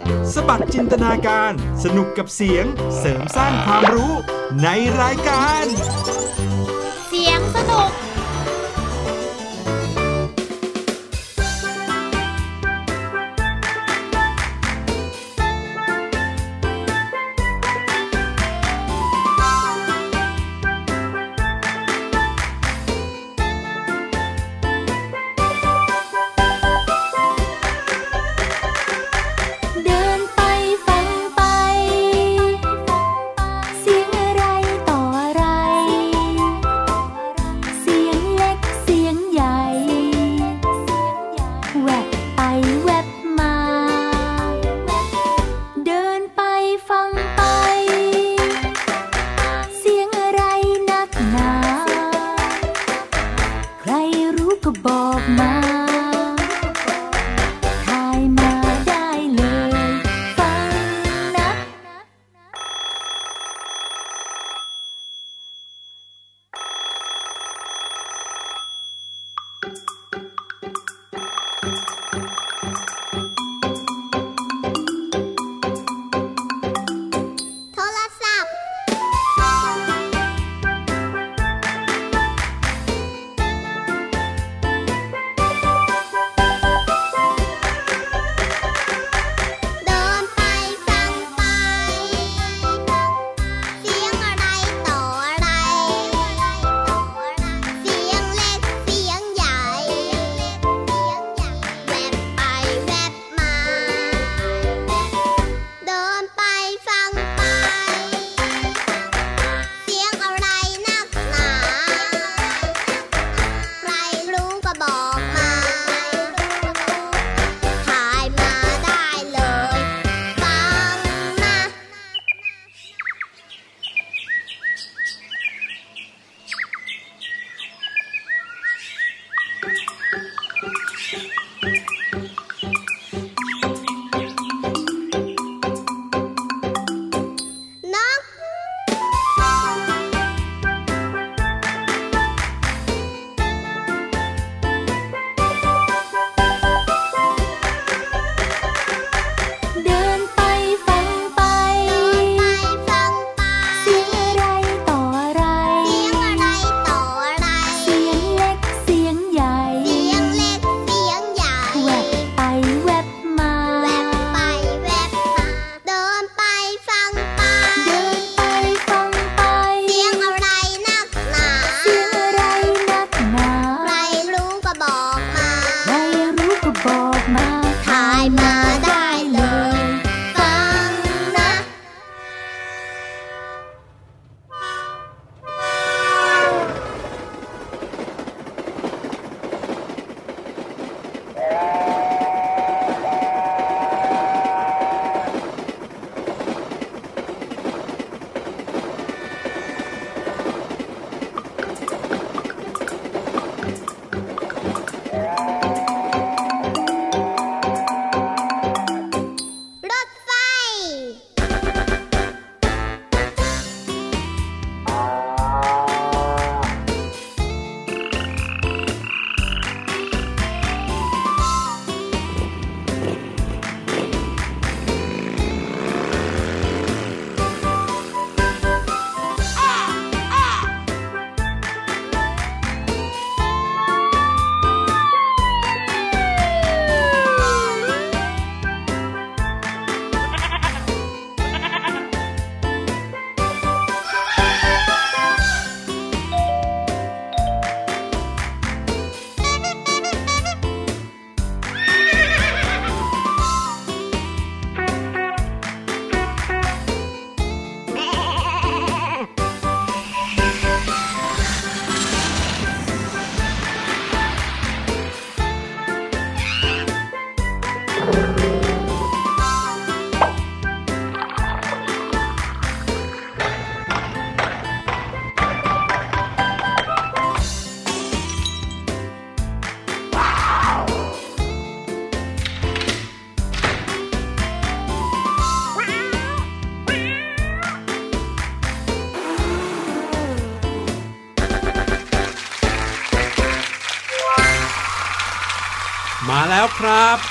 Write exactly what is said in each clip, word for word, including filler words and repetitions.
สบัดจินตนาการสนุกกับเสียงเสริมสร้างความรู้ในรายการเสียงสนุกมาแล้วครับ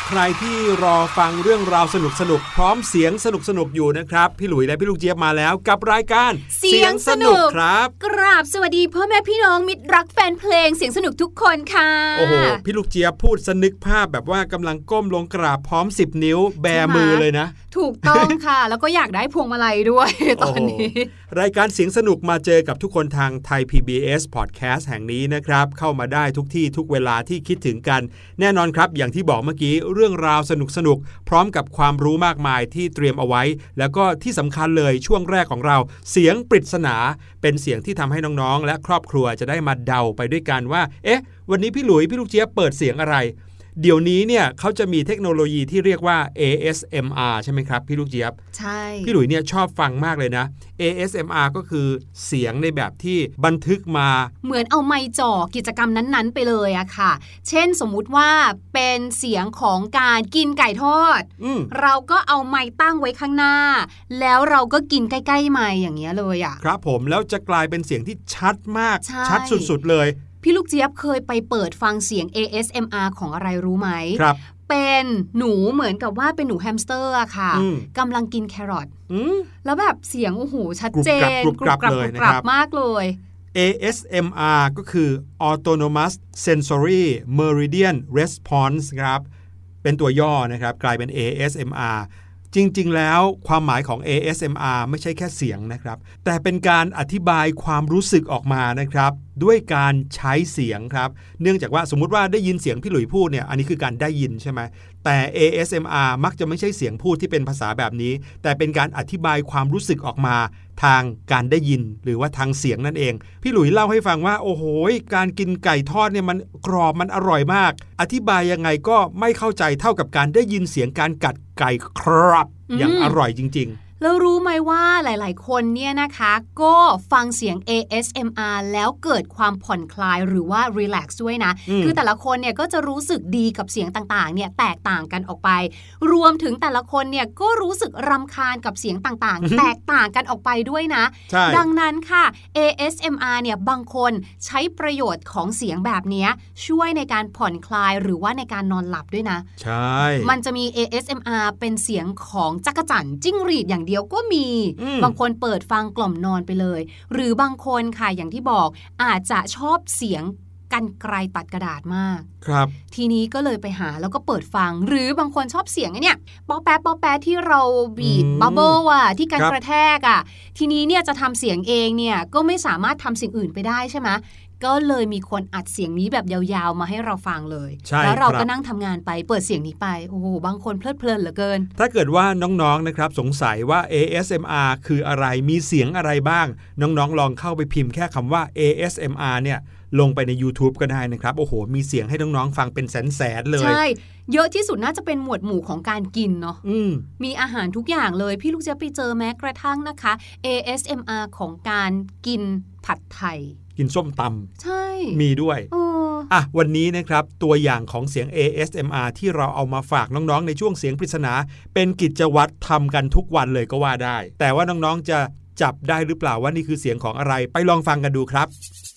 ใครที่รอฟังเรื่องราวสนุกสนุกพร้อมเสียงสนุกสนุกอยู่นะครับพี่หลุยและพี่ลูกเจี๊ยบมาแล้วกับรายการเสียงสนุกครับกราบสวัสดีพ่อแม่พี่น้องมิตรรักแฟนเพลงเสียงสนุกทุกคนค่ะโอ้โหพี่ลูกเจี๊ยบพูดสนึกภาพแบบว่ากำลังก้มลงกราบพร้อมสิบนิ้วแบมือเลยนะถูกต้องค่ะ แล้วก็อยากได้พวงมาลัยด้วยตอนนี้รายการเสียงสนุกมาเจอกับทุกคนทางไทย พี บี เอส Podcast แห่งนี้นะครับเข้ามาได้ทุกที่ทุกเวลาที่คิดถึงกันแน่นอนครับอย่างที่บอกเมื่อกี้เรื่องราวสนุกสนุกพร้อมกับความรู้มากมายที่เตรียมเอาไว้แล้วก็ที่สำคัญเลยช่วงแรกของเราเสียงปริศนาเป็นเสียงที่ทำให้น้องๆและครอบครัวจะได้มาเดาไปด้วยกันว่าเอ๊ะวันนี้พี่หลุยพี่ลูกเจี๊ยบเปิดเสียงอะไรเดี๋ยวนี้เนี่ยเขาจะมีเทคโนโลยีที่เรียกว่า เอ เอส เอ็ม อาร์ ใช่ไหมครับพี่ลูกเจี๊ยบใช่พี่หลุยเนี่ยชอบฟังมากเลยนะ เอ เอส เอ็ม อาร์ ก็คือเสียงในแบบที่บันทึกมาเหมือนเอาไมค์จ่อกิจกรรมนั้นๆไปเลยอะค่ะเช่นสมมุติว่าเป็นเสียงของการกินไก่ทอดเราก็เอาไมค์ตั้งไว้ข้างหน้าแล้วเราก็กินใกล้ๆไมค์อย่างเงี้ยเลยอะครับผมแล้วจะกลายเป็นเสียงที่ชัดมากชัดสุดๆเลยพี่ลูกเจี๊ยบเคยไปเปิดฟังเสียง เอ เอส เอ็ม อาร์ ของอะไรรู้ไหมครับเป็นหนูเหมือนกับว่าเป็นหนูแฮมสเตอร์อะค่ะกำลังกินแครอทแล้วแบบเสียงโอ้โหชัดเจนกรุบกรับเลยนะครับมากเลยเอ เอส เอ็ม อาร์ ก็คือ Autonomous Sensory Meridian Response ครับเป็นตัวย่อนะครับกลายเป็น เอ เอส เอ็ม อาร์จริงๆแล้วความหมายของ เอ เอส เอ็ม อาร์ ไม่ใช่แค่เสียงนะครับแต่เป็นการอธิบายความรู้สึกออกมานะครับด้วยการใช้เสียงครับเนื่องจากว่าสมมุติว่าได้ยินเสียงพี่หลุยพูดเนี่ยอันนี้คือการได้ยินใช่ไหมแต่ เอ เอส เอ็ม อาร์ มักจะไม่ใช่เสียงพูดที่เป็นภาษาแบบนี้แต่เป็นการอธิบายความรู้สึกออกมาทางการได้ยินหรือว่าทางเสียงนั่นเองพี่หลุยเล่าให้ฟังว่าโอ้โหการกินไก่ทอดเนี่ยมันกรอบมันอร่อยมากอธิบายยังไงก็ไม่เข้าใจเท่ากับการได้ยินเสียงการกัดไก่ครับอย่างอร่อยจริงๆแล้วรู้ไหมว่าหลายๆคนเนี่ยนะคะก็ฟังเสียง เอ เอส เอ็ม อาร์ แล้วเกิดความผ่อนคลายหรือว่ารีแลกซ์ด้วยนะคือแต่ละคนเนี่ยก็จะรู้สึกดีกับเสียงต่างๆเนี่ยแตกต่างกันออกไปรวมถึงแต่ละคนเนี่ยก็รู้สึกรำคาญกับเสียงต่างๆ แตกต่างกันออกไปด้วยนะดังนั้นค่ะ เอ เอส เอ็ม อาร์ เนี่ยบางคนใช้ประโยชน์ของเสียงแบบนี้ช่วยในการผ่อนคลายหรือว่าในการนอนหลับด้วยนะใช่มันจะมี เอ เอส เอ็ม อาร์ เป็นเสียงของจักจั่นจิ้งหรีดอย่างเดียวก็มีบางคนเปิดฟังกล่อมนอนไปเลยหรือบางคนค่ะอย่างที่บอกอาจจะชอบเสียงกรรไกรตัดกระดาษมากครับทีนี้ก็เลยไปหาแล้วก็เปิดฟังหรือบางคนชอบเสียงไอ้เนี่ยป๊อแป๊ะป๊อแป๊ะที่เราบีบบับเบิ้ลอ่ะที่การกระแทกอ่ะทีนี้เนี่ยจะทำเสียงเองเนี่ยก็ไม่สามารถทำสิ่งอื่นไปได้ใช่ไหมก็เลยมีคนอัดเสียงนี้แบบยาวๆมาให้เราฟังเลยแล้วเราก็นั่งทำงานไปเปิดเสียงนี้ไปโอ้โหบางคนเพลิดเพลินเหลือเกินถ้าเกิดว่าน้องๆนะครับสงสัยว่า เอ เอส เอ็ม อาร์ คืออะไรมีเสียงอะไรบ้างน้องๆลองเข้าไปพิมพ์แค่คำว่า เอ เอส เอ็ม อาร์ เนี่ยลงไปใน YouTube ก็ได้นะครับโอ้โหมีเสียงให้น้องๆฟังเป็นแสนๆเลยใช่เยอะที่สุดน่าจะเป็นหมวดหมู่ของการกินเนาะมมีอาหารทุกอย่างเลยพี่ลูกเจี๊ยบไปเจอแม้กระทั่งนะคะ เอ เอส เอ็ม อาร์ ของการกินผัดไทยกินส้มตำใช่มีด้วยอ่ะวันนี้นะครับตัวอย่างของเสียง เอ เอส เอ็ม อาร์ ที่เราเอามาฝากน้องๆในช่วงเสียงปริศนาเป็นกิจวัตรทำกันทุกวันเลยก็ว่าได้แต่ว่าน้องๆจะจับได้หรือเปล่าว่านี่คือเสียงของอะไรไปลองฟังกันดูครับ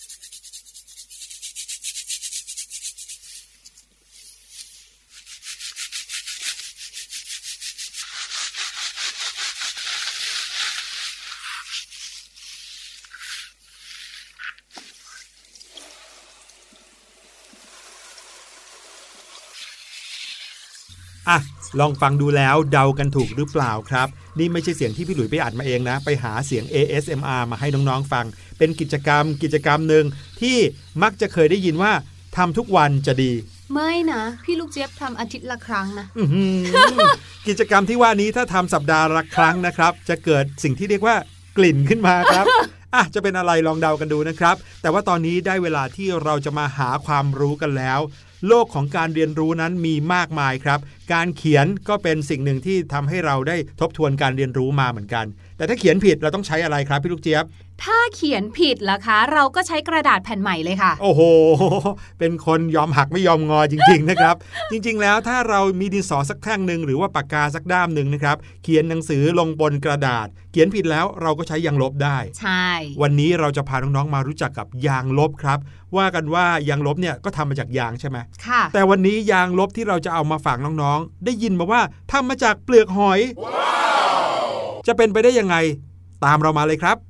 อ่ะลองฟังดูแล้วเดากันถูกหรือเปล่าครับนี่ไม่ใช่เสียงที่พี่หลุยไปอัดมาเองนะไปหาเสียง เอ เอส เอ็ม อาร์ มาให้น้องๆฟังเป็นกิจกรรมกิจกรรมหนึ่งที่มักจะเคยได้ยินว่าทำทุกวันจะดีไม่นะพี่ลูกเจี๊ยบทำอาทิตย์ละครั้งนะกิจกรรมที่ว่านี้ถ้าทำสัปดาห์ละครั้งนะครับจะเกิดสิ่งที่เรียกว่ากลิ่นขึ้นมาครับอ่ะจะเป็นอะไรลองเดากันดูนะครับแต่ว่าตอนนี้ได้เวลาที่เราจะมาหาความรู้กันแล้วโลกของการเรียนรู้นั้นมีมากมายครับการเขียนก็เป็นสิ่งหนึ่งที่ทำให้เราได้ทบทวนการเรียนรู้มาเหมือนกันแต่ถ้าเขียนผิดเราต้องใช้อะไรครับพี่ลูกเจี๊ยบถ้าเขียนผิดล่ะคะเราก็ใช้กระดาษแผ่นใหม่เลยค่ะโอ้โหเป็นคนยอมหักไม่ยอมงอจริงๆนะครับ จริงๆแล้วถ้าเรามีดินสอสักแท่งนึงหรือว่าปากกาสักด้ามนึงนะครับเขียนหนังสือลงบนกระดาษเขียนผิดแล้วเราก็ใช้ยางลบได้ใช่วันนี้เราจะพาน้องๆมารู้จักกับยางลบครับว่ากันว่ายางลบเนี่ยก็ทำมาจากยางใช่ไหมค่ะแต่วันนี้ยางลบที่เราจะเอามาฝากน้องๆได้ยินมาว่าทำมาจากเปลือกหอย wow! จะเป็นไปได้ยังไงตามเรามาเลยครับ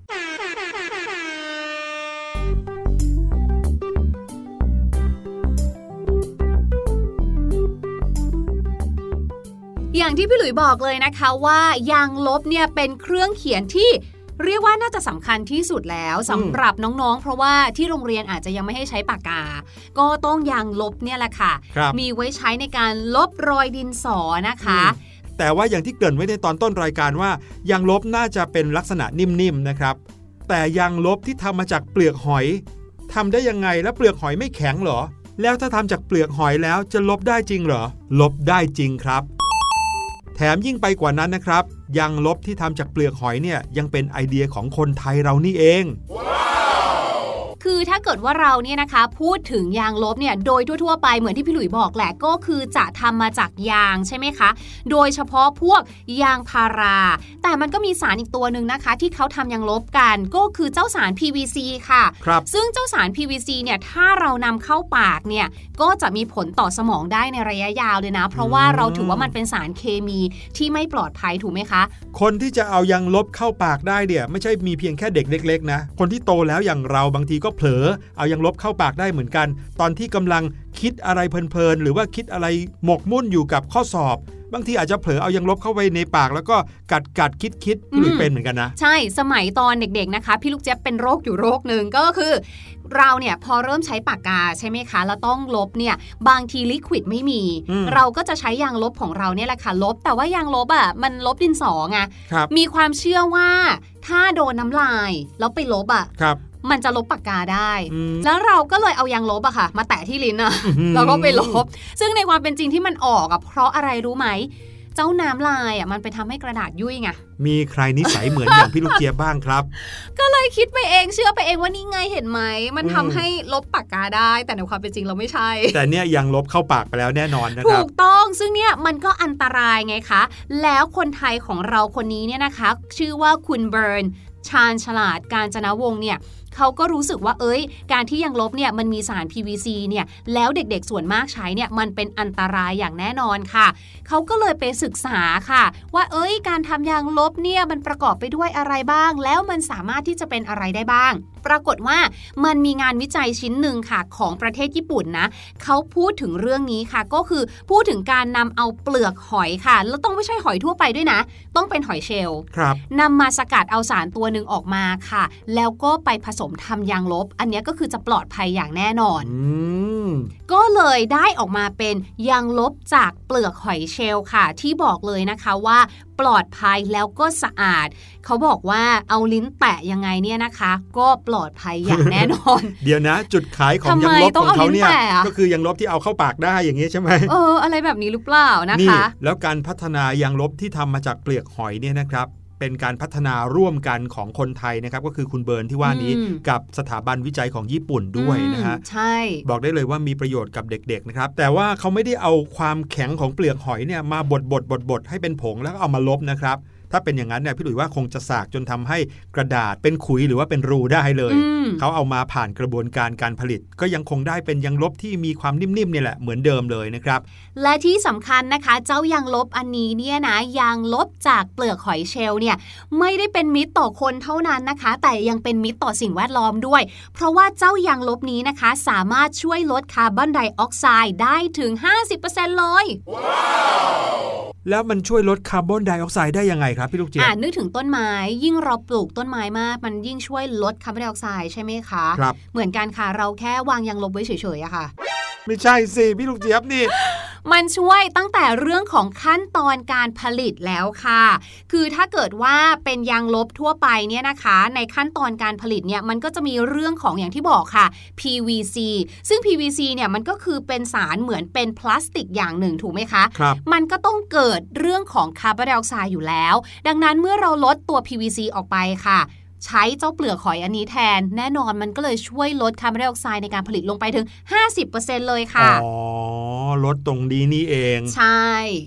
อย่างที่พี่หลุยบอกเลยนะคะว่ายางลบเนี่ยเป็นเครื่องเขียนที่เรียกว่าน่าจะสำคัญที่สุดแล้วสำหรับน้องๆเพราะว่าที่โรงเรียนอาจจะยังไม่ให้ใช้ปากกาก็ต้องยางลบเนี่ยแหละค่ะมีไว้ใช้ในการลบรอยดินสอนะคะแต่ว่าอย่างที่เกริ่นไว้ในตอนต้นรายการว่ายางลบน่าจะเป็นลักษณะนิ่มๆนะครับแต่ยางลบที่ทำมาจากเปลือกหอยทำได้ยังไงแล้วเปลือกหอยไม่แข็งเหรอแล้วถ้าทำจากเปลือกหอยแล้วจะลบได้จริงเหรอลบได้จริงครับแถมยิ่งไปกว่านั้นนะครับยางลบที่ทำจากเปลือกหอยเนี่ยยังเป็นไอเดียของคนไทยเรานี่เอง wow! คือถ้าเกิดว่าเราเนี่ยนะคะพูดถึงยางลบเนี่ยโดยทั่วๆไปเหมือนที่พี่หลุยบอกแหละก็คือจะทำมาจากยางใช่ไหมคะโดยเฉพาะพวกยางพาราแต่มันก็มีสารอีกตัวหนึ่งนะคะที่เขาทำยางลบกันก็คือเจ้าสาร พี วี ซี ค่ะซึ่งเจ้าสาร พี วี ซี เนี่ยถ้าเรานำเข้าปากเนี่ยก็จะมีผลต่อสมองได้ในระยะยาวเลยนะเพราะว่าเราถือว่ามันเป็นสารเคมีที่ไม่ปลอดภัยถูกไหมคะคนที่จะเอายางลบเข้าปากได้เนี่ยไม่ใช่มีเพียงแค่เด็กเล็กๆนะคนที่โตแล้วอย่างเราบางทีก็เผลอเอายางลบเข้าปากได้เหมือนกันตอนที่กำลังคิดอะไรเพลินๆหรือว่าคิดอะไรหมกมุ่นอยู่กับข้อสอบบางทีอาจจะเผลอเอายางลบเข้าไปในปากแล้วก็กัดกัดคิดคิดหรือเป็นเหมือนกันนะใช่สมัยตอนเด็กๆนะคะพี่ลูกเจี๊ยบเป็นโรคอยู่โรคนึงก็คือเราเนี่ยพอเริ่มใช้ปากกาใช่ไหมคะแล้วต้องลบเนี่ยบางทีลิควิดไม่มีเราก็จะใช้ยางลบของเราเนี่ยแหละค่ะลบแต่ว่ายางลบอ่ะมันลบดินสอไงมีความเชื่อว่าถ้าโดนน้ำลายแล้วไปลบอ่ะมันจะลบปากกาได้แล้วเราก็เลยเอายางลบอะค่ะมาแตะที่ลิ้นอะแล้วก็ไปลบซึ่งในความเป็นจริงที่มันออกอะเพราะอะไรรู้ไหมเจ้าน้ำลายอะมันไปทำให้กระดาษยุ่ยไงมีใครนิสัยเหมือนอย่างพี่ลูกเจี๊ยบบ้างครับก็เลยคิดไปเองเชื่อไปเองว่านี่ไงเห็นไหมมันทำให้ลบปากกาได้แต่ในความเป็นจริงเราไม่ใช่แต่เนี่ยยางลบเข้าปากไปแล้วแน่นอนนะครับถูกต้องซึ่งเนี่ยมันก็อันตรายไงคะแล้วคนไทยของเราคนนี้เนี่ยนะคะชื่อว่าคุณเบิร์นชาญฉลาดกาญจนวงศ์เนี่ยเขาก็รู้สึกว่าเอ้ยการที่ยางลบเนี่ยมันมีสาร พี วี ซี เนี่ยแล้วเด็กๆส่วนมากใช้เนี่ยมันเป็นอันตรายอย่างแน่นอนค่ะเขาก็เลยไปศึกษาค่ะว่าเอ้ยการทำยางลบเนี่ยมันประกอบไปด้วยอะไรบ้างแล้วมันสามารถที่จะเป็นอะไรได้บ้างปรากฏว่ามันมีงานวิจัยชิ้นหนึ่งค่ะของประเทศญี่ปุ่นนะเขาพูดถึงเรื่องนี้ค่ะก็คือพูดถึงการนำเอาเปลือกหอยค่ะแล้วต้องไม่ใช่หอยทั่วไปด้วยนะต้องเป็นหอยเชลล์นำมาสกัดเอาสารตัวหนึ่งออกมาค่ะแล้วก็ไปผสมทำยางลบอันนี้ก็คือจะปลอดภัยอย่างแน่นอนก็เลยได้ออกมาเป็นยางลบจากเปลือกหอยเชลล์ค่ะที่บอกเลยนะคะว่าปลอดภัยแล้วก็สะอาดเขาบอกว่าเอาลิ้นแตะยังไงเนี่ยนะคะก็ปลอดภัยอย่างแน่นอนเดี๋ยวนะจุดขายของยางลบของเขาเนี่ยก็คือยางลบที่เอาเข้าปากได้อย่างนี้ใช่ไหมเอออะไรแบบนี้หรือเปล่านะคะนี่แล้วการพัฒนายางลบที่ทำมาจากเปลือกหอยเนี่ยนะครับเป็นการพัฒนาร่วมกันของคนไทยนะครับก็คือคุณเบิร์นที่ว่านี้กับสถาบันวิจัยของญี่ปุ่นด้วยนะฮะใช่บอกได้เลยว่ามีประโยชน์กับเด็กๆนะครับแต่ว่าเขาไม่ได้เอาความแข็งของเปลือกหอยเนี่ยมาบดบดบดบดให้เป็นผงแล้วก็เอามาลบนะครับถ้าเป็นอย่างนั้นเนี่ยพี่หลุยว่าคงจะสากจนทำให้กระดาษเป็นขุยหรือว่าเป็นรูได้เลยเขาเอามาผ่านกระบวนการการผลิตก็ยังคงได้เป็นยางลบที่มีความนิ่มๆเนี่ยแหละเหมือนเดิมเลยนะครับและที่สำคัญนะคะเจ้ายางลบอันนี้เนี่ยนะยางลบจากเปลือกหอยเชลล์เนี่ยไม่ได้เป็นมิตรต่อคนเท่านั้นนะคะแต่ยังเป็นมิตรต่อสิ่งแวดล้อมด้วยเพราะว่าเจ้ายางลบนี้นะคะสามารถช่วยลดคาร์บอนไดออกไซด์ได้ถึง ห้าสิบเปอร์เซ็นต์ เลย wow! แล้วมันช่วยลดคาร์บอนไดออกไซด์ได้ยังไงครับพี่ลูกเจี๊ยบอ่านึกถึงต้นไม้ยิ่งเราปลูกต้นไม้มากมันยิ่งช่วยลดคาร์บอนไดออกไซด์ใช่ไหมคะครับเหมือนกันค่ะเราแค่วางยางลบไว้เฉยๆอะค่ะไม่ใช่สิพี่ลูกเจี๊ยบนี่มันช่วยตั้งแต่เรื่องของขั้นตอนการผลิตแล้วค่ะคือถ้าเกิดว่าเป็นยางลบทั่วไปเนี่ยนะคะในขั้นตอนการผลิตเนี่ยมันก็จะมีเรื่องของอย่างที่บอกค่ะ พี วี ซี ซึ่ง พี วี ซี เนี่ยมันก็คือเป็นสารเหมือนเป็นพลาสติกอย่างหนึ่งถูกไหมคะครับมันก็ต้องเกิดเรื่องของคาร์บอนไดออกไซด์อยู่แล้วดังนั้นเมื่อเราลดตัว พี วี ซี ออกไปค่ะใช้เจ้าเปลือกหอยอันนี้แทนแน่นอนมันก็เลยช่วยลดคาร์บอนไดออกไซด์ในการผลิตลงไปถึง ห้าสิบเปอร์เซ็นต์ เลยค่ะอ๋อลดตรงนี้นี่เองใช่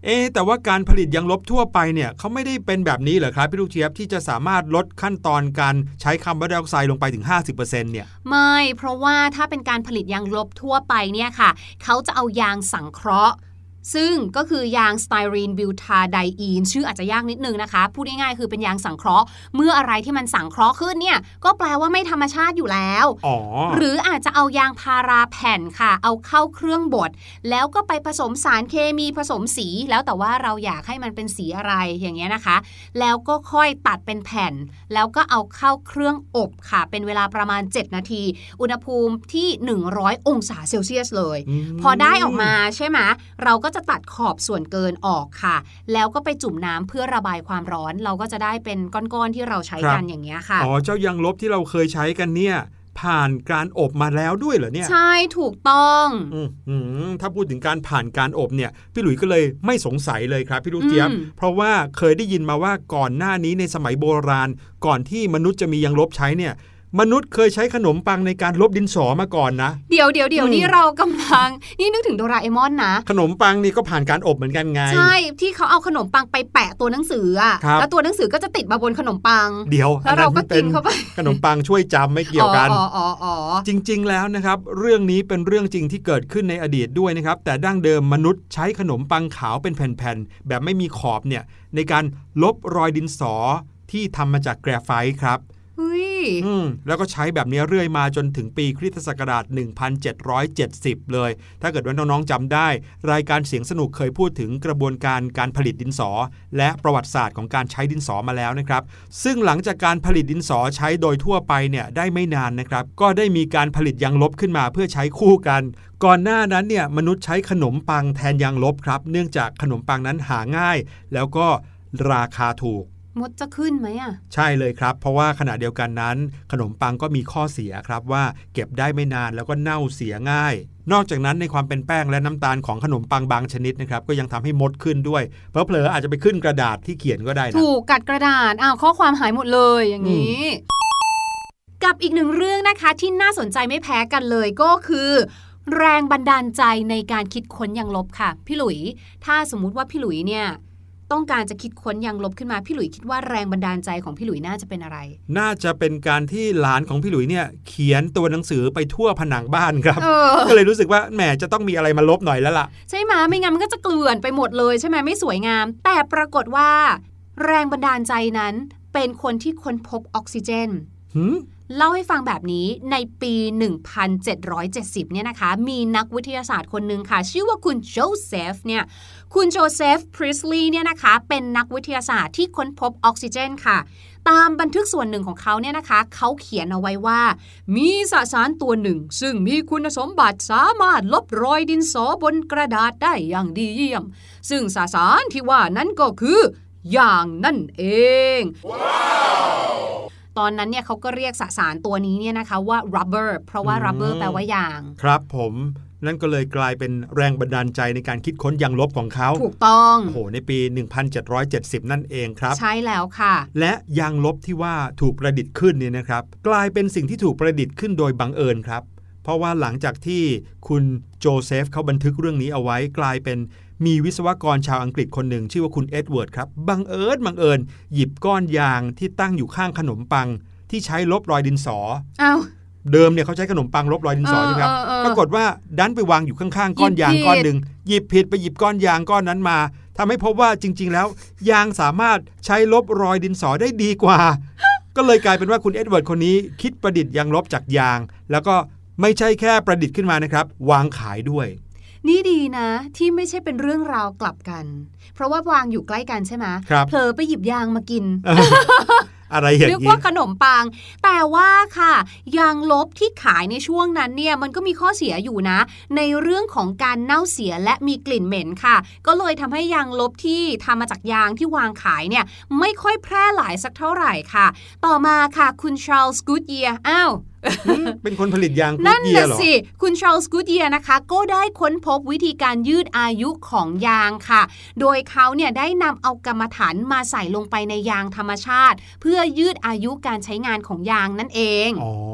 เอ๊ะแต่ว่าการผลิตยางลบทั่วไปเนี่ยเขาไม่ได้เป็นแบบนี้เหรอครับพี่ลูกเจี๊ยบที่จะสามารถลดขั้นตอนการใช้คาร์บอนไดออกไซด์ลงไปถึง ห้าสิบเปอร์เซ็นต์ เนี่ยไม่เพราะว่าถ้าเป็นการผลิตยางลบทั่วไปเนี่ยค่ะเขาจะเอายางสังเคราะห์ซึ่งก็คือยางสไตรีนบิวทาไดอีนชื่ออาจจะยากนิดนึงนะคะพูดง่ายๆคือเป็นยางสังเคราะห์เมื่ออะไรที่มันสังเคราะห์ขึ้นเนี่ยก็แปลว่าไม่ธรรมชาติอยู่แล้วหรืออาจจะเอายางพาราแผ่นค่ะเอาเข้าเครื่องบดแล้วก็ไปผสมสารเคมีผสมสีแล้วแต่ว่าเราอยากให้มันเป็นสีอะไรอย่างเงี้ยนะคะแล้วก็ค่อยตัดเป็นแผ่นแล้วก็เอาเข้าเครื่องอบค่ะเป็นเวลาประมาณเจ็ดนาทีอุณหภูมิที่หนึ่งร้อยองศาเซลเซียสเลยพอได้ออกมาใช่ไหมเราก็จะตัดขอบส่วนเกินออกค่ะแล้วก็ไปจุ่มน้ำเพื่อระบายความร้อนเราก็จะได้เป็นก้อนๆที่เราใช้กันอย่างเงี้ยค่ะอ๋อเจ้ายางลบที่เราเคยใช้กันเนี่ยผ่านการอบมาแล้วด้วยเหรอเนี่ยใช่ถูกต้องอืมถ้าพูดถึงการผ่านการอบเนี่ยพี่หลุยส์ก็เลยไม่สงสัยเลยครับพี่ลูกเจี๊ยบเพราะว่าเคยได้ยินมาว่าก่อนหน้านี้ในสมัยโบราณก่อนที่มนุษย์จะมียางลบใช้เนี่ยมนุษย์เคยใช้ขนมปังในการลบดินสอมาก่อนนะเดี๋ยวเดี๋ยวเดี๋ยวนี่เรากำลังนี่นึกถึงโดราเอมอนนะขนมปังนี่ก็ผ่านการอบเหมือนกันไงใช่ที่เขาเอาขนมปังไปแปะตัวหนังสืออ่ะแล้วตัวหนังสือก็จะติดมาบนขนมปังเดี๋ยวแล้วเราก็กินเข้าไปขนมปังช่วยจำไม่เกี่ยวกันอ๋ออ๋ออ๋อจริงๆแล้วนะครับเรื่องนี้เป็นเรื่องจริงที่เกิดขึ้นในอดีตด้วยนะครับแต่ดั้งเดิมมนุษย์ใช้ขนมปังขาวเป็นแผ่นๆแบบไม่มีขอบเนี่ยในการลบรอยดินสอที่ทำมาจากแกรไฟต์ครับอืมแล้วก็ใช้แบบนี้เรื่อยมาจนถึงปีคริสตศักราชหนึ่งพันเจ็ดร้อยเจ็ดสิบเลยถ้าเกิดว่าน้องๆจำได้รายการเสียงสนุกเคยพูดถึงกระบวนการการผลิตดินสอและประวัติศาสตร์ของการใช้ดินสอมาแล้วนะครับซึ่งหลังจากการผลิตดินสอใช้โดยทั่วไปเนี่ยได้ไม่นานนะครับก็ได้มีการผลิตยางลบขึ้นมาเพื่อใช้คู่กันก่อนหน้านั้นเนี่ยมนุษย์ใช้ขนมปังแทนยางลบครับเนื่องจากขนมปังนั้นหาง่ายแล้วก็ราคาถูกมดจะขึ้นไหมอ่ะใช่เลยครับเพราะว่าขณะเดียวกันนั้นขนมปังก็มีข้อเสียครับว่าเก็บได้ไม่นานแล้วก็เน่าเสียง่ายนอกจากนั้นในความเป็นแป้งและน้ำตาลของขนมปังบางชนิดนะครับก็ยังทำให้มดขึ้นด้วยเพอเผลออาจจะไปขึ้นกระดาษที่เขียนก็ได้นะถูกกัดกระดาษอ้าวข้อความหายหมดเลยอย่างนี้กับอีกหนึ่งเรื่องนะคะที่น่าสนใจไม่แพ้กันเลยก็คือแรงบันดาลใจในการคิดค้นยางลบค่ะพี่หลุยถ้าสมมุติว่าพี่หลุยเนี่ยต้องการจะคิดค้นยางลบขึ้นมาพี่หลุยคิดว่าแรงบันดาลใจของพี่หลุยน่าจะเป็นอะไรน่าจะเป็นการที่หลานของพี่หลุยเนี่ยเขียนตัวหนังสือไปทั่วผนังบ้านครับก็เลยรู้สึกว่าแหมจะต้องมีอะไรมาลบหน่อยแล้วล่ะใช่ไหมไม่งั้นมันก็จะเกลื่อนไปหมดเลยใช่ไหมไม่สวยงามแต่ปรากฏว่าแรงบันดาลใจนั้นเป็นคนที่ค้นพบออกซิเจนเล่าให้ฟังแบบนี้ในปี หนึ่งพันเจ็ดร้อยเจ็ดสิบ เนี่ยนะคะมีนักวิทยาศาสตร์คนหนึ่งค่ะชื่อว่าคุณโจเซฟเนี่ยคุณโจเซฟพริสลีย์เนี่ยนะคะเป็นนักวิทยาศาสตร์ที่ค้นพบออกซิเจนค่ะตามบันทึกส่วนหนึ่งของเขาเนี่ยนะคะเขาเขียนเอาไว้ว่ามีสสารตัวหนึ่งซึ่งมีคุณสมบัติสามารถลบรอยดินสอบนกระดาษได้อย่างดีเยี่ยมซึ่งสสารที่ว่านั้นก็คือยางนั่นเอง wow!ตอนนั้นเนี่ยเขาก็เรียกสสารตัวนี้เนี่ยนะคะว่า rubber เพราะว่า rubber แปลว่ายางครับผมนั่นก็เลยกลายเป็นแรงบันดาลใจในการคิดค้นยางลบของเขาถูกต้องโอ้โหในปี หนึ่งพันเจ็ดร้อยเจ็ดสิบ นั่นเองครับใช่แล้วค่ะและยางลบที่ว่าถูกประดิษฐ์ขึ้นเนี่ยนะครับกลายเป็นสิ่งที่ถูกประดิษฐ์ขึ้นโดยบังเอิญครับเพราะว่าหลังจากที่คุณโจเซฟเขาบันทึกเรื่องนี้เอาไว้กลายเป็นมีวิศวกรชาวอังกฤษคนหนึ่งชื่อว่าคุณเอ็ดเวิร์ดครับบังเอิญบังเอิญหยิบก้อนยางที่ตั้งอยู่ข้างขนมปังที่ใช้ลบรอยดินสออ้าวเดิมเนี่ยเขาใช้ขนมปังลบรอยดินสอใช่ไหมครับปรากฏว่าดันไปวางอยู่ข้างๆก้อนยางก้อนหนึ่งหยิบผิดไปหยิบก้อนยางก้อนนั้นมาทำให้พบว่าจริงๆแล้วยางสามารถใช้ลบรอยดินสอได้ดีกว่า ก็เลยกลายเป็นว่าคุณเอ็ดเวิร์ดคนนี้คิดประดิษฐ์ยางลบจากยางแล้วก็ไม่ใช่แค่ประดิษฐ์ขึ้นมานะครับวางขายด้วยนี่ดีนะที่ไม่ใช่เป็นเรื่องราวกลับกันเพราะว่าวางอยู่ใกล้กันใช่ไหมเผลอไปหยิบยางมากินอะไรอย่างนี้นึกว่าขนมปังแต่ว่าค่ะยางลบที่ขายในช่วงนั้นเนี่ยมันก็มีข้อเสียอยู่นะในเรื่องของการเน่าเสียและมีกลิ่นเหม็นค่ะก็เลยทำให้ยางลบที่ทำมาจากยางที่วางขายเนี่ยไม่ค่อยแพร่หลายสักเท่าไหร่ค่ะต่อมาค่ะคุณชาร์ลส์กูดเยียร์อ้าวเป็นคนผลิตยางกูดเยียร์เหรอนั่นน่ะสิคุณชาร์ลส์กูดเยียร์นะคะก็ได้ค้นพบวิธีการยืดอายุของยางค่ะโดยเขาเนี่ยได้นำเอากรรมฐานมาใส่ลงไปในยางธรรมชาติเพื่อยืดอายุการใช้งานของยางนั่นเองอ๋อ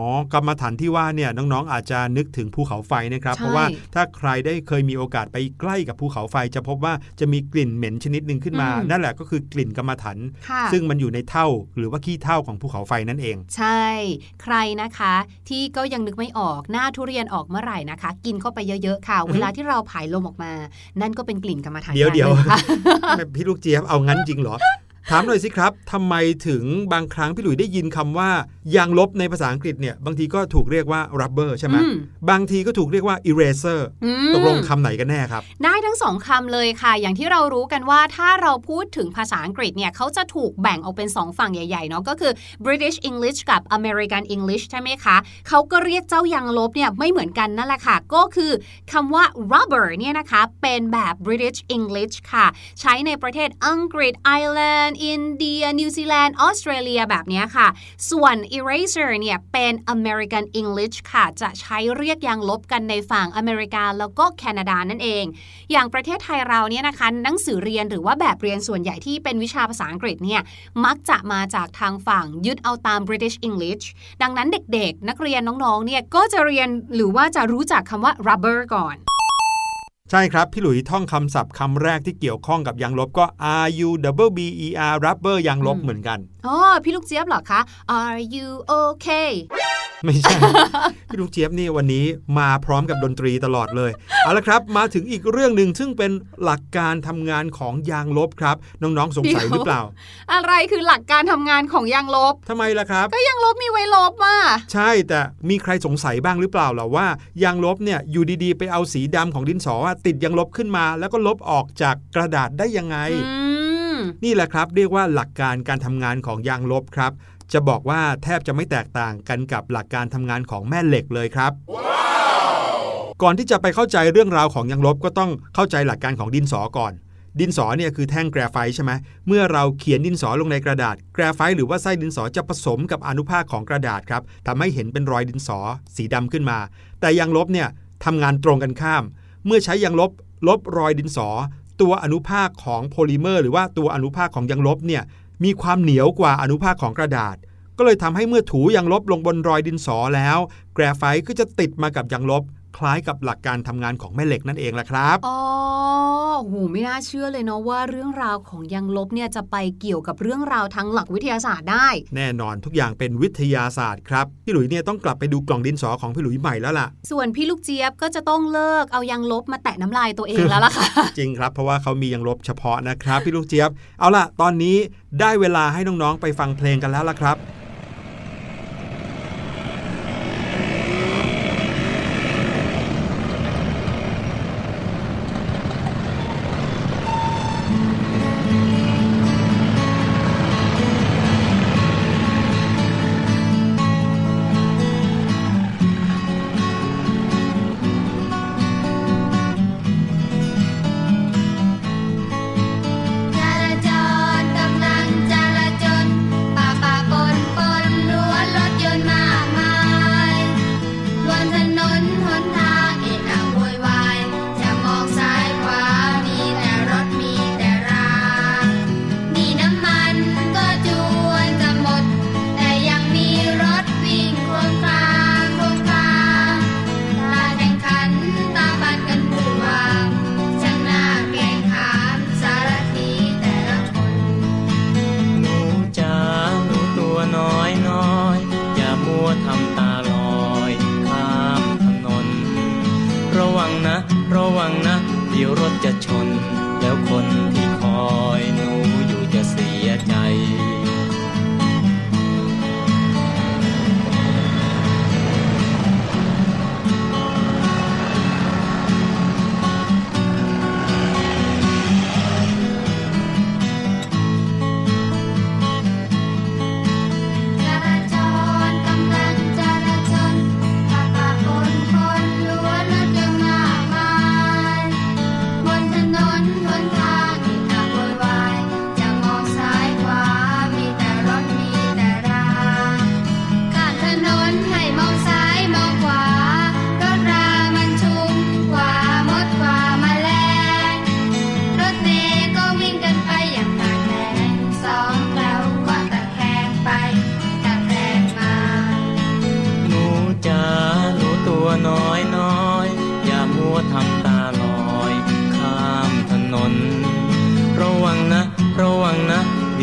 อกรรมฐานที่ว่าเนี่ยน้องๆอาจจะนึกถึงภูเขาไฟนะครับเพราะว่าถ้าใครได้เคยมีโอกาสไปใกล้กับภูเขาไฟจะพบว่าจะมีกลิ่นเหม็นชนิดนึงขึ้นมานั่นแหละก็คือกลิ่นกรรมฐานซึ่งมันอยู่ในเถ้าหรือว่าขี้เถ้าของภูเขาไฟนั่นเองใช่ใครนะคะที่ก็ยังนึกไม่ออกหน้าทุเรียนออกเมื่อไหร่นะคะกินเข้าไปเยอะๆค่ะเวลาที่เราผายลมออกมานั่นก็เป็นกลิ่นกรรมฐานเดี๋ยวเดี๋ยวพี่ลูกเจี๊ยบเอางั้นจริงเหรอถามหน่อยสิครับทำไมถึงบางครั้งพี่หลุยได้ยินคำว่ายางลบในภาษาอังกฤษเนี่ยบางทีก็ถูกเรียกว่า rubber ใช่ไหมบางทีก็ถูกเรียกว่า eraser ตกลงคำไหนกันแน่ครับได้ทั้งสองคำเลยค่ะอย่างที่เรารู้กันว่าถ้าเราพูดถึงภาษาอังกฤษเนี่ยเขาจะถูกแบ่งออกเป็นสองฝั่งใหญ่ๆเนาะก็คือ British English กับ American English ใช่ไหมคะเขาก็เรียกเจ้ายางลบเนี่ยไม่เหมือนกันนั่นแหละค่ะก็คือคำว่า rubber เนี่ยนะคะเป็นแบบ British English ค่ะใช้ในประเทศอังกฤษไอร์แลนด์อินเดียนิวซีแลนด์ออสเตรเลียแบบนี้ค่ะส่วน eraser เนี่ยเป็น American English ค่ะจะใช้เรียกยางลบกันในฝั่งอเมริกาแล้วก็แคนาดานั่นเองอย่างประเทศไทยเราเนี่ยนะคะหนังสือเรียนหรือว่าแบบเรียนส่วนใหญ่ที่เป็นวิชาภาษาอังกฤษเนี่ยมักจะมาจากทางฝั่งยึดเอาตาม British English ดังนั้นเด็กๆนักเรียนน้องๆเนี่ยก็จะเรียนหรือว่าจะรู้จักคำว่า rubber ก่อนใช่ครับพี่หลุยท่องคำศัพท์คำแรกที่เกี่ยวข้องกับยางลบก็ R U B B E R rubber ยางลบเหมือนกันอ๋อพี่ลูกเจี๊ยบเหรอคะ Are you okay ไม่ใช่ พี่ลูกเจี๊ยบนี่วันนี้มาพร้อมกับดนตรีตลอดเลยเอาละครับมาถึงอีกเรื่องนึงซึ่งเป็นหลักการทำงานของยางลบครับน้องๆสงสัยหรือเปล่าอะไรคือหลักการทำงานของยางลบทำไมล่ะครับก็ยางลบมีไว้ลบอ่ะใช่แต่มีใครสงสัยบ้างหรือเปล่าล่ะว่ายางลบเนี่ยอยู่ดีๆไปเอาสีดำของดินสอติดยางลบขึ้นมาแล้วก็ลบออกจากกระดาษได้ยังไงนี่แหละครับเรียกว่าหลักการการทำงานของยางลบครับจะบอกว่าแทบจะไม่แตกต่างกันกับหลักการทำงานของแม่เหล็กเลยครับ wow! ก่อนที่จะไปเข้าใจเรื่องราวของยางลบก็ต้องเข้าใจหลักการของดินสอก่อนดินสอเนี่ยคือแท่งแกรไฟต์ใช่ไหมเมื่อเราเขียนดินสอลงในกระดาษแกรไฟต์หรือว่าไส้ดินสอจะผสมกับอนุภาคของกระดาษครับทำให้เห็นเป็นรอยดินสอสีดำขึ้นมาแต่ยางลบเนี่ยทำงานตรงกันข้ามเมื่อใช้ยางลบลบรอยดินสอตัวอนุภาคของโพลิเมอร์หรือว่าตัวอนุภาคของยางลบเนี่ยมีความเหนียวกว่าอนุภาคของกระดาษก็เลยทำให้เมื่อถูยางลบลงบนรอยดินสอแล้วแกรไฟต์ก็จะติดมากับยางลบคล้ายกับหลักการทำงานของแม่เหล็กนั่นเองแหละครับอ๋อโหไม่น่าเชื่อเลยเนาะว่าเรื่องราวของยางลบเนี่ยจะไปเกี่ยวกับเรื่องราวทางหลักวิทยาศาสตร์ได้แน่นอนทุกอย่างเป็นวิทยาศาสตร์ครับพี่หลุยเนี่ยต้องกลับไปดูกล่องดินสอของพี่หลุยใหม่แล้วล่ะส่วนพี่ลูกเจี๊ยบก็จะต้องเลิกเอายางลบมาแตะน้ำลายตัวเองแล้วล่ะค่ะจริงครับเพราะว่าเขามียางลบเฉพาะนะครับพี่ลูกเจี๊ยบเอาล่ะตอนนี้ได้เวลาให้น้องๆไปฟังเพลงกันแล้วล่ะครับจราจรกำลังจราจรป่าป่าปน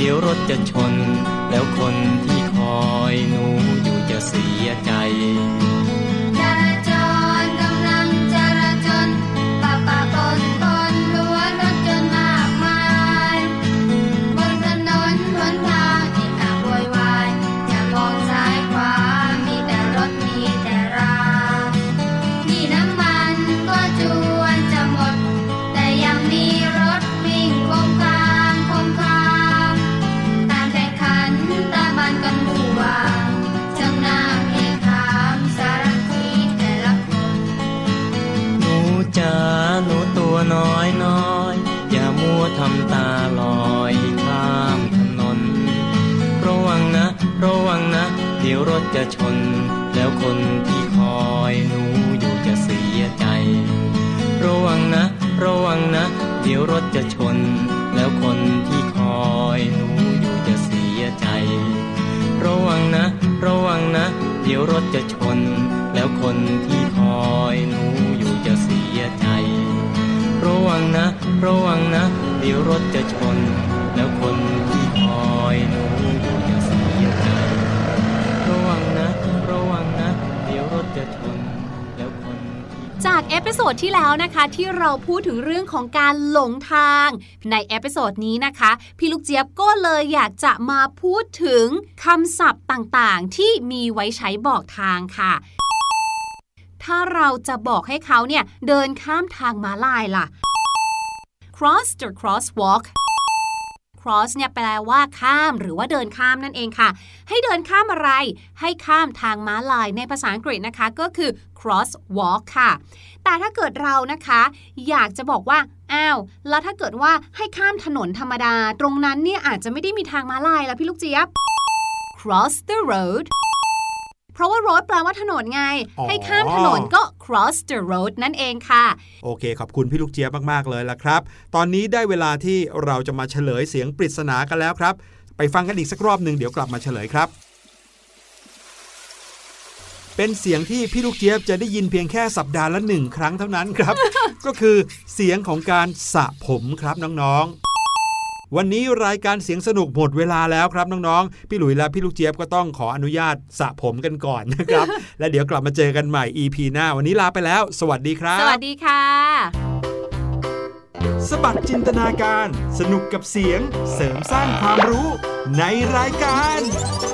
ดี๋ยวรถจะชนแล้วคนที่คอยหนูอยู่จะเสียใจจราจรกำลังจราจรปะปะปนปนรั้วรถยนต์มากมายบนถนนหนทางที่น่าโวยวายจะมองซ้ายขวามีแต่รถมีแต่รานี่น้ำมันก็จวนจะหมดแต่ยังมีรถวิ่งโค้งคางโค้งคางตามแข่งขันตามมันกันหมู่ว่างช่างน่าเพียงถามสารทีแต่ละคนหนูจ๋าหนูตัวน้อยน้อยอย่ามัวทำตาลอยข้ามถนนระวังนะระวังนะเดี๋ยวรถจะชนแล้วคนที่คอยหนูอยู่จะเสียใจระวังนะระวังนะเดี๋ยวรถจะชนแล้วคนที่คอยหนูอยู่จะเสียใจระวังนะระวังนะเดี๋ยวรถจะชนแล้วคนที่คอยหนูอยู่จะเสียใจระวังนะระวังนะเดี๋ยวรถจะชนแล้วคนที่คอยหนูอยู่จะเสียใจระวังนะระวังนะเดี๋ยวรถจะชนแล้วคนจากเอพิโซดที่แล้วนะคะที่เราพูดถึงเรื่องของการหลงทางในเอพิโซดนี้นะคะพี่ลูกเจี๊ยบก็เลยอยากจะมาพูดถึงคำศัพท์ต่างๆที่มีไว้ใช้บอกทางค่ะถ้าเราจะบอกให้เขาเนี่ยเดินข้ามทางม้าลายล่ะ cross the crosswalk cross เนี่ยแปลว่าข้ามหรือว่าเดินข้ามนั่นเองค่ะให้เดินข้ามอะไรให้ข้ามทางม้าลายในภาษาอังกฤษนะคะก็คือ crosswalk ค่ะแต่ถ้าเกิดเรานะคะอยากจะบอกว่าอ้าวแล้วถ้าเกิดว่าให้ข้ามถนนธรรมดาตรงนั้นเนี่ยอาจจะไม่ได้มีทางม้าลายแล้วพี่ลูกเจี๊ยบ cross the road เพราะว่า road แปลว่าถนนไงให้ข้ามถนนก็ cross the road นั่นเองค่ะโอเคขอบคุณพี่ลูกเจี๊ยบมากๆเลยละครับตอนนี้ได้เวลาที่เราจะมาเฉลยเสียงปริศนากันแล้วครับไปฟังกันอีกสักรอบนึงเดี๋ยวกลับมาเฉลยครับเป็นเสียงที่พี่ลูกเจี๊ยบจะได้ยินเพียงแค่สัปดาห์ละหนึ่งครั้งเท่านั้นครับ ก็คือเสียงของการสระผมครับน้องๆวันนี้รายการเสียงสนุกหมดเวลาแล้วครับน้องๆพี่หลุยและพี่ลูกเจี๊ยบก็ต้องขออนุญาตสระผมกันก่อนนะครับ และเดี๋ยวกลับมาเจอกันใหม่ อี พี หน้าวันนี้ลาไปแล้วสวัสดีครับสวัสดีค่ะสบัดจินตนาการสนุกกับเสียงเสริมสร้างความรู้ในรายการ